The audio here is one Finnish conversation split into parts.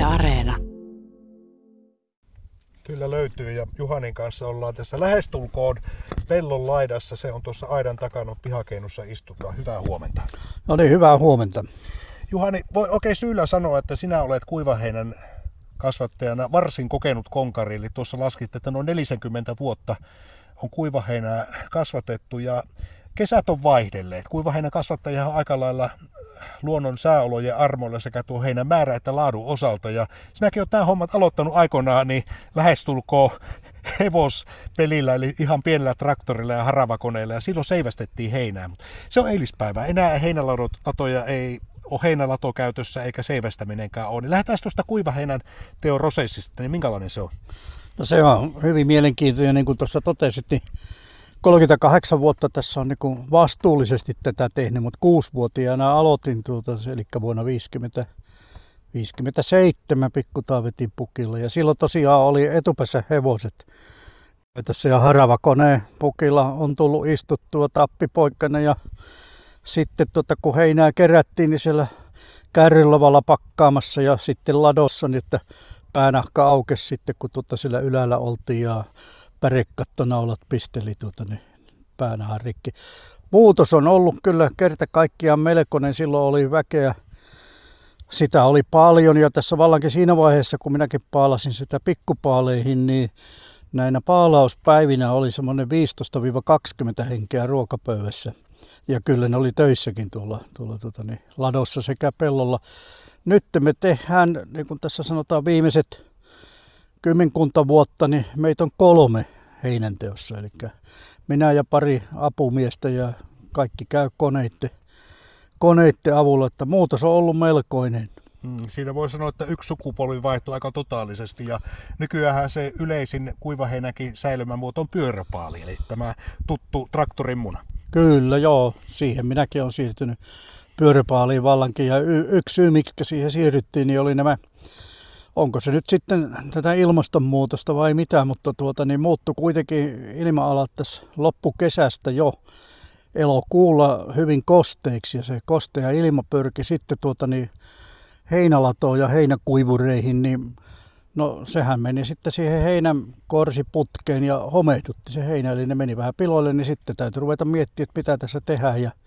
Areena. Kyllä löytyy ja Juhanin kanssa ollaan tässä lähestulkoon pellon laidassa. Se on tuossa aidan takana pihakeinussa istutaan. Hyvää huomenta. No niin, hyvää huomenta. Juhani, voi oikein syyllä sanoa, että sinä olet kuivaheinän kasvattajana varsin kokenut konkari. Eli tuossa laskit, että noin 40 vuotta on kuivaheinää kasvatettu ja kesät on vaihdelleet. Kuivaheinän kasvattaja on aika lailla luonnon sääolojen armoilla sekä tuo heinän määrä että laadun osalta. Ja sinäkin olet nämä hommat aloittanut aikoinaan niin lähestulkoon hevospelillä, eli ihan pienellä traktorilla ja haravakoneilla, ja silloin seivästettiin heinää. Mutta se on eilispäivä. Enää heinälatoja ei ole heinälato käytössä eikä seivästäminenkään ole. Niin lähdetään tuosta kuivaheinän teon prosessista, niin minkälainen se on? No se on hyvin mielenkiintoinen, niin kuin tuossa totesit, niin 38 vuotta tässä on niin vastuullisesti tätä tehnyt, mutta 6-vuotiaana aloitin eli vuonna 57 Pikku-Taavetin pukilla. Ja silloin tosiaan oli etupäässä hevoset. Tässä ja haravakoneen pukilla on tullut istuttua tappipoikkana ja sitten kun heinää kerättiin, niin siellä kärrylavalla pakkaamassa ja sitten ladossa, niin että päänahka aukesi sitten, kun siellä ylällä oltiin ja pärekattonaulat pisteli niin päänahan rikki. Muutos on ollut kyllä kerta kaikkiaan melkoinen. Silloin oli väkeä, sitä oli paljon ja tässä vallankin siinä vaiheessa, kun minäkin paalasin sitä pikkupaaleihin, niin näinä paalauspäivinä oli semmoinen 15-20 henkeä ruokapöydässä. Ja kyllä ne oli töissäkin tuolla ladossa sekä pellolla. Nyt me tehdään, niin kuin tässä sanotaan viimeiset 10 vuotta, niin meitä on 3 heinänteossa. Eli minä ja pari apumiestä ja kaikki käy koneiden avulla, että muutos on ollut melkoinen. Siinä voi sanoa, että yksi sukupolvi vaihtui aika totaalisesti ja nykyään se yleisin kuivaheinäkin säilömämuoto on pyöräpaali, eli tämä tuttu traktorin muna. Kyllä joo, siihen minäkin olen siirtynyt pyöräpaaliin vallankin ja yksi syy, miksi siihen siirryttiin, niin oli nämä, onko se nyt sitten tätä ilmastonmuutosta vai mitä, mutta niin muuttui kuitenkin ilma-alat tässä loppukesästä jo elokuulla hyvin kosteiksi ja se kostea ilma pyrki sitten heinälatoon ja heinäkuivureihin, niin no sehän meni sitten siihen heinän korsiputkeen ja homehdutti se heinä, eli ne meni vähän piloille, niin sitten täytyy ruveta miettimään, että mitä tässä tehdään. Ja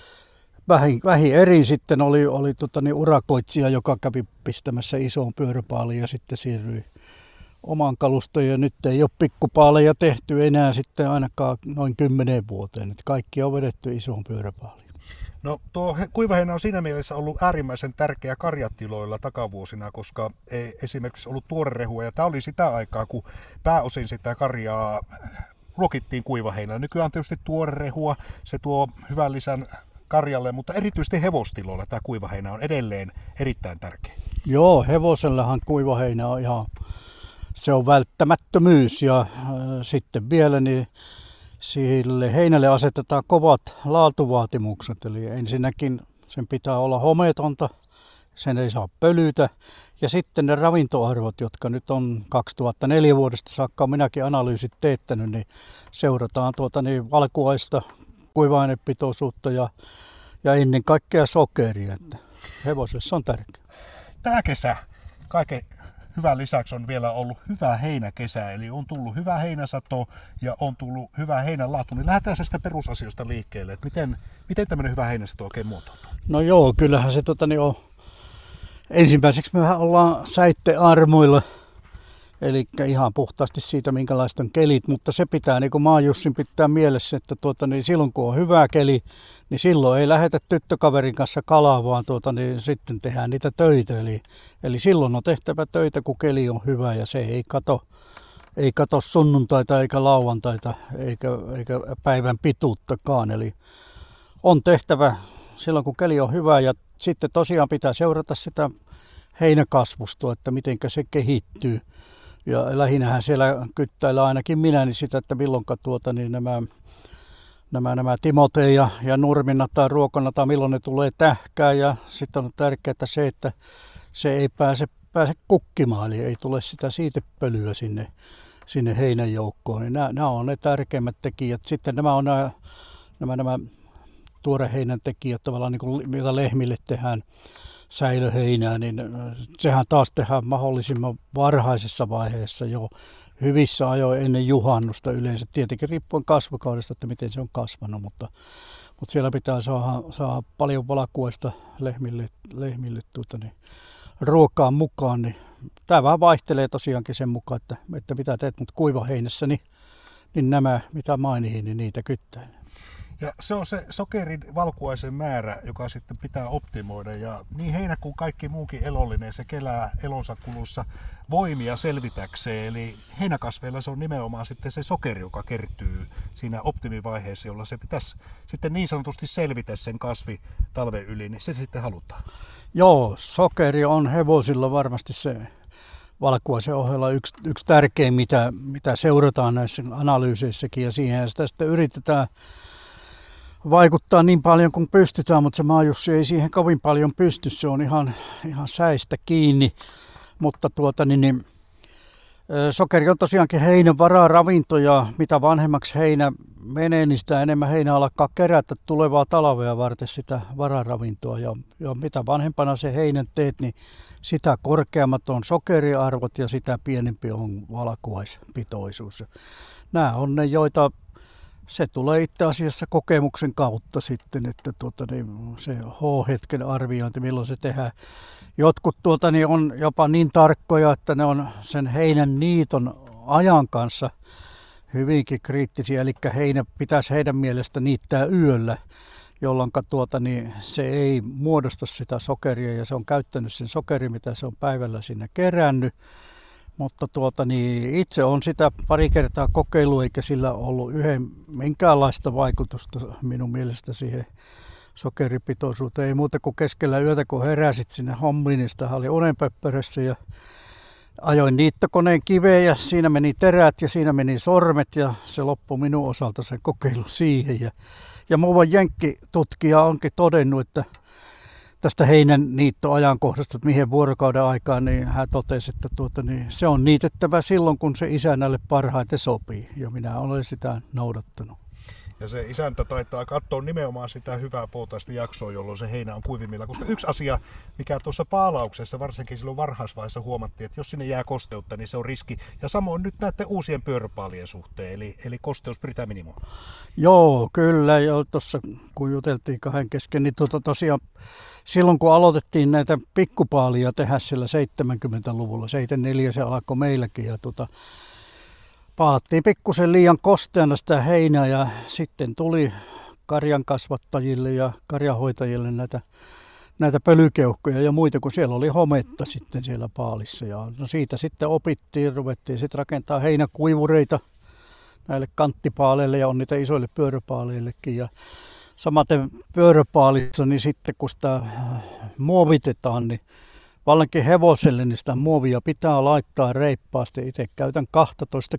vähin erin sitten oli urakoitsija, joka kävi pistämässä isoon pyöräpaaliin ja sitten siirryi oman kaluston. Ja nyt ei ole pikkupaaleja tehty enää sitten ainakaan noin 10 vuoteen. Nyt kaikki on vedetty isoon pyöräpaaliin. No tuo kuivaheinä on siinä mielessä ollut äärimmäisen tärkeä karjatiloilla takavuosina, koska ei esimerkiksi ollut tuorerehua. Ja tämä oli sitä aikaa, kun pääosin sitä karjaa ruokittiin kuivaheinällä. Nykyään on tietysti tuorerehua, se tuo hyvän lisän karjalle, mutta erityisesti hevostiloilla tämä kuivaheinä on edelleen erittäin tärkeä. Joo, hevosellahan kuivaheinä on se on välttämättömyys ja sitten vielä niin sille heinälle asetetaan kovat laatuvaatimukset, eli ensinnäkin sen pitää olla homeetonta, sen ei saa pölytä. Ja sitten ne ravintoarvot, jotka nyt on 2004 vuodesta saakka minäkin analyysit teettänyt, niin seurataan valkuaista, kuiva-ainepitoisuutta ja ennen kaikkea sokeria. Että hevoselle se on tärkeää. Tämä kesä kaiken hyvän lisäksi on vielä ollut hyvä heinäkesä, eli on tullut hyvä heinäsato ja on tullut hyvä heinänlaatu. Niin lähdetään sitä perusasioista liikkeelle, että miten tämmöinen hyvä heinäsato oikein muotoutuu? No joo, kyllähän se on. Ensimmäiseksi me ollaan säittearmoilla, eli ihan puhtaasti siitä, minkälaiset on kelit, mutta se pitää, niin kuin Maajussin pitää mielessä, että silloin kun on hyvä keli, niin silloin ei lähetä tyttökaverin kanssa kalaa, vaan sitten tehdään niitä töitä. Eli silloin on tehtävä töitä, kun keli on hyvä ja se ei kato sunnuntaita eikä lauantaita eikä päivän pituuttakaan. Eli on tehtävä silloin, kun keli on hyvä ja sitten tosiaan pitää seurata sitä heinäkasvustoa, että miten se kehittyy. Ja lähinnähän siellä kyttäillä ainakin minä niin sitä, että milloinka nämä Timote ja nurminnat tai ruokonat, milloin ne tulee tähkään. Ja sitten on tärkeää se, että se ei pääse kukkimaan, eli ei tule sitä siitepölyä sinne heinän joukkoon. Niin nämä on ne tärkeimmät tekijät. Sitten nämä on nämä tuoreheinän tekijät, tavallaan niin kuin, mitä lehmille tehdään. säilöheinää, niin sehän taas tehdään mahdollisimman varhaisessa vaiheessa jo hyvissä ajoin ennen juhannusta yleensä. Tietenkin riippuen kasvukaudesta, että miten se on kasvanut, mutta siellä pitää saada paljon valakuista lehmille ruokaa mukaan. Niin tämä vähän vaihtelee tosiaankin sen mukaan, että mitä teet, mutta kuivaheinässä, niin nämä, mitä mainihin, niin niitä kyttää. Ja se on se sokerin valkuaisen määrä, joka sitten pitää optimoida. Ja niin heinä kuin kaikki muukin elollinen, se kelää elonsa kulussa voimia selvitäkseen. Eli heinäkasveilla se on nimenomaan sitten se sokeri, joka kertyy siinä optimivaiheessa, jolla se pitäisi sitten niin sanotusti selvitä sen kasvi talven yli, niin se sitten halutaan. Joo, sokeri on hevosilla varmasti se valkuaisen ohella yksi tärkein, mitä seurataan näissä analyyseissäkin, ja siihen sitä sitten yritetään vaikuttaa niin paljon kuin pystytään, mutta se maajussi ei siihen kovin paljon pysty, se on ihan säistä kiinni, mutta sokeri on tosiaankin heinän vararavinto, ja mitä vanhemmaksi heinä menee, niin sitä enemmän heinä alkaa kerätä tulevaa talvea varten sitä vararavintoa, ja mitä vanhempana se heinän teet, niin sitä korkeammat on sokeriarvot ja sitä pienempi on valkuaispitoisuus. Nämä on ne, joita se tulee itse asiassa kokemuksen kautta sitten, että se H-hetken arviointi, milloin se tehdään. Jotkut on jopa niin tarkkoja, että ne on sen heinän niiton ajan kanssa hyvinkin kriittisiä, eli heinä pitäisi heidän mielestä niittää yöllä, jolloin se ei muodosta sitä sokeria, ja se on käyttänyt sen sokerin, mitä se on päivällä sinne kerännyt. Mutta itse on sitä pari kertaa kokeillut, eikä sillä ollut minkäänlaista vaikutusta minun mielestä siihen sokeripitoisuuteen. Ei muuta kuin keskellä yötä, kun heräsit sinne hommiin, niin sitä oli unenpöppörössä ja ajoin niittokoneen kiveen ja siinä meni terät ja siinä meni sormet ja se loppui minun osalta se kokeilu siihen. Ja muuan jenkkitutkija onkin todennut, että tästä heinän niittoajankohdasta, että mihin vuorokauden aikaan, niin hän totesi, että se on niitettävä silloin, kun se isännälle parhaiten sopii. Ja minä olen sitä noudattanut. Ja se isäntä taitaa katsoa nimenomaan sitä hyvää poutaista jaksoa, jolloin se heinä on kuivimmilla. Koska yksi asia, mikä tuossa paalauksessa, varsinkin silloin varhaisvaiheessa huomattiin, että jos sinne jää kosteutta, niin se on riski. Ja samoin nyt näiden uusien pyöräpaalien suhteen, eli kosteus pyritään minimoimaan. Joo, kyllä. Jo tuossa kun juteltiin kahden kesken, niin tosiaan silloin kun aloitettiin näitä pikkupaalia tehdä sillä 70-luvulla, 74 se alkoi meilläkin, ja paalattiin pikkusen liian kosteana sitä heinää, ja sitten tuli karjan kasvattajille ja karjanhoitajille näitä pölykeuhkoja ja muita, kun siellä oli hometta sitten siellä paalissa. Ja siitä sitten ruvettiin sitten rakentaa heinäkuivureita näille kanttipaaleille ja on niitä isoille pyöräpaaleillekin. Ja samaten pyöräpaalissa, niin sitten kun sitä muovitetaan, niin vallankin hevoselle niin sitä muovia pitää laittaa reippaasti. Itse käytän 12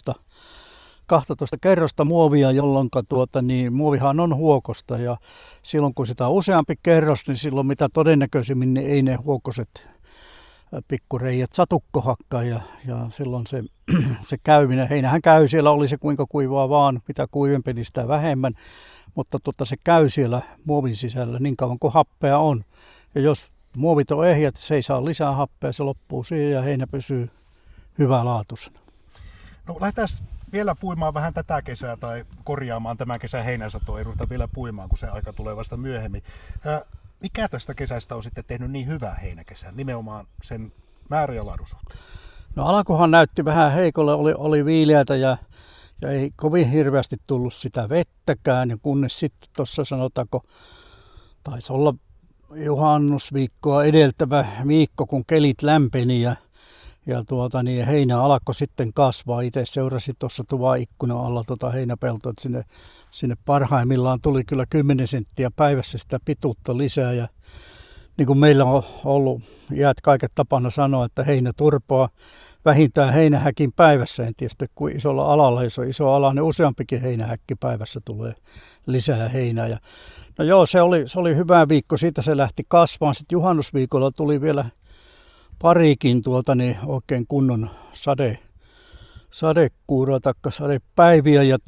kerrosta muovia, jolloin muovihan on huokosta. Ja silloin kun sitä on useampi kerros, niin silloin mitä todennäköisimmin niin ei ne huokoset pikkureijät satukkohakkaa. Ja silloin se käyminen, heinähän käy siellä, oli se kuinka kuivaa vaan, mitä kuivempi, niin sitä vähemmän. Mutta se käy siellä muovin sisällä niin kauan kuin happea on. Ja jos muovit on ehjät, se ei saa lisää happea, se loppuu siihen ja heinä pysyy hyvälaatuisena. No lähdetään vielä puimaan vähän tätä kesää tai korjaamaan tämän kesän heinäsatoa. Ei ruveta vielä puimaan, kun se aika tulee vasta myöhemmin. Mikä tästä kesästä on sitten tehnyt niin hyvää heinäkesän, nimenomaan sen määrä- ja laadun suhteen? No alkuhan näytti vähän heikolle, oli viileätä ja ei kovin hirveästi tullut sitä vettäkään. Ja kunnes sitten tuossa sanotaanko, taisi olla juhannusviikkoa edeltävä viikko, kun kelit lämpeni ja heinä alkoi sitten kasvaa. Itse seurasin tuossa tuvaikkunan alla heinäpeltoa, että sinne parhaimmillaan tuli kyllä 10 senttiä päivässä sitä pituutta lisää. Ja niin kuin meillä on ollut jäät kaiket tapana sanoa, että heinä turpoaa vähintään heinähäkin päivässä. En tiedä kuin isolla alalla, jos on iso ala, niin useampikin heinähäkki päivässä tulee lisää heinää. Ja no joo, se oli hyvä viikko, siitä se lähti kasvamaan. Sitten juhannusviikolla tuli vielä parikin oikein kunnon sadekuuroa tai sadepäiviä. Ja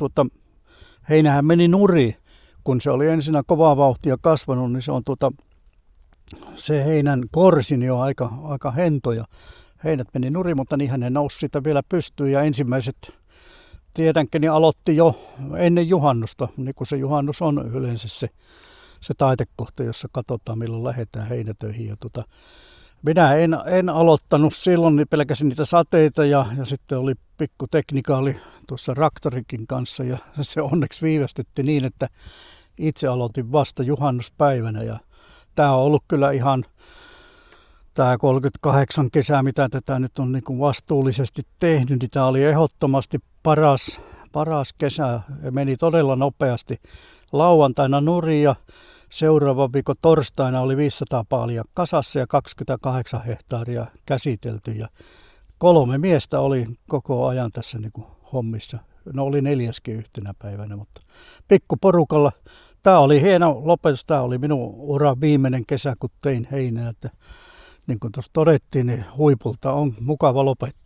heinähän meni nurin, kun se oli ensinnä kovaa vauhtia kasvanut, niin se on se heinän korsini on aika hentoja. Heinät meni nurin, mutta niinhän ne nousi siitä vielä pystyyn ja ensimmäiset tiedänkin, niin aloitti jo ennen juhannusta, niin kuin se juhannus on yleensä se taitekohta, jossa katsotaan milloin lähdetään heinätöihin. Ja minä en aloittanut silloin, niin pelkäsin niitä sateita ja sitten oli pikku teknikaali tuossa traktorikin kanssa ja se onneksi viivästytti niin, että itse aloitin vasta juhannuspäivänä ja tämä on ollut kyllä ihan tämä 38 kesää, mitä tätä nyt on niin kuin vastuullisesti tehnyt, niin tämä oli ehdottomasti paras kesä ja meni todella nopeasti. Lauantaina nurin ja seuraavan viikon torstaina oli 500 paalia kasassa ja 28 hehtaaria käsitelty ja 3 miestä oli koko ajan tässä niin kuin hommissa. No oli 4. yhtenä päivänä, mutta pikkuporukalla. Tämä oli hieno lopetus. Tämä oli minun uran viimeinen kesä, kun tein heinää. Että niin kuin tuossa todettiin, niin huipulta on mukava lopettaa.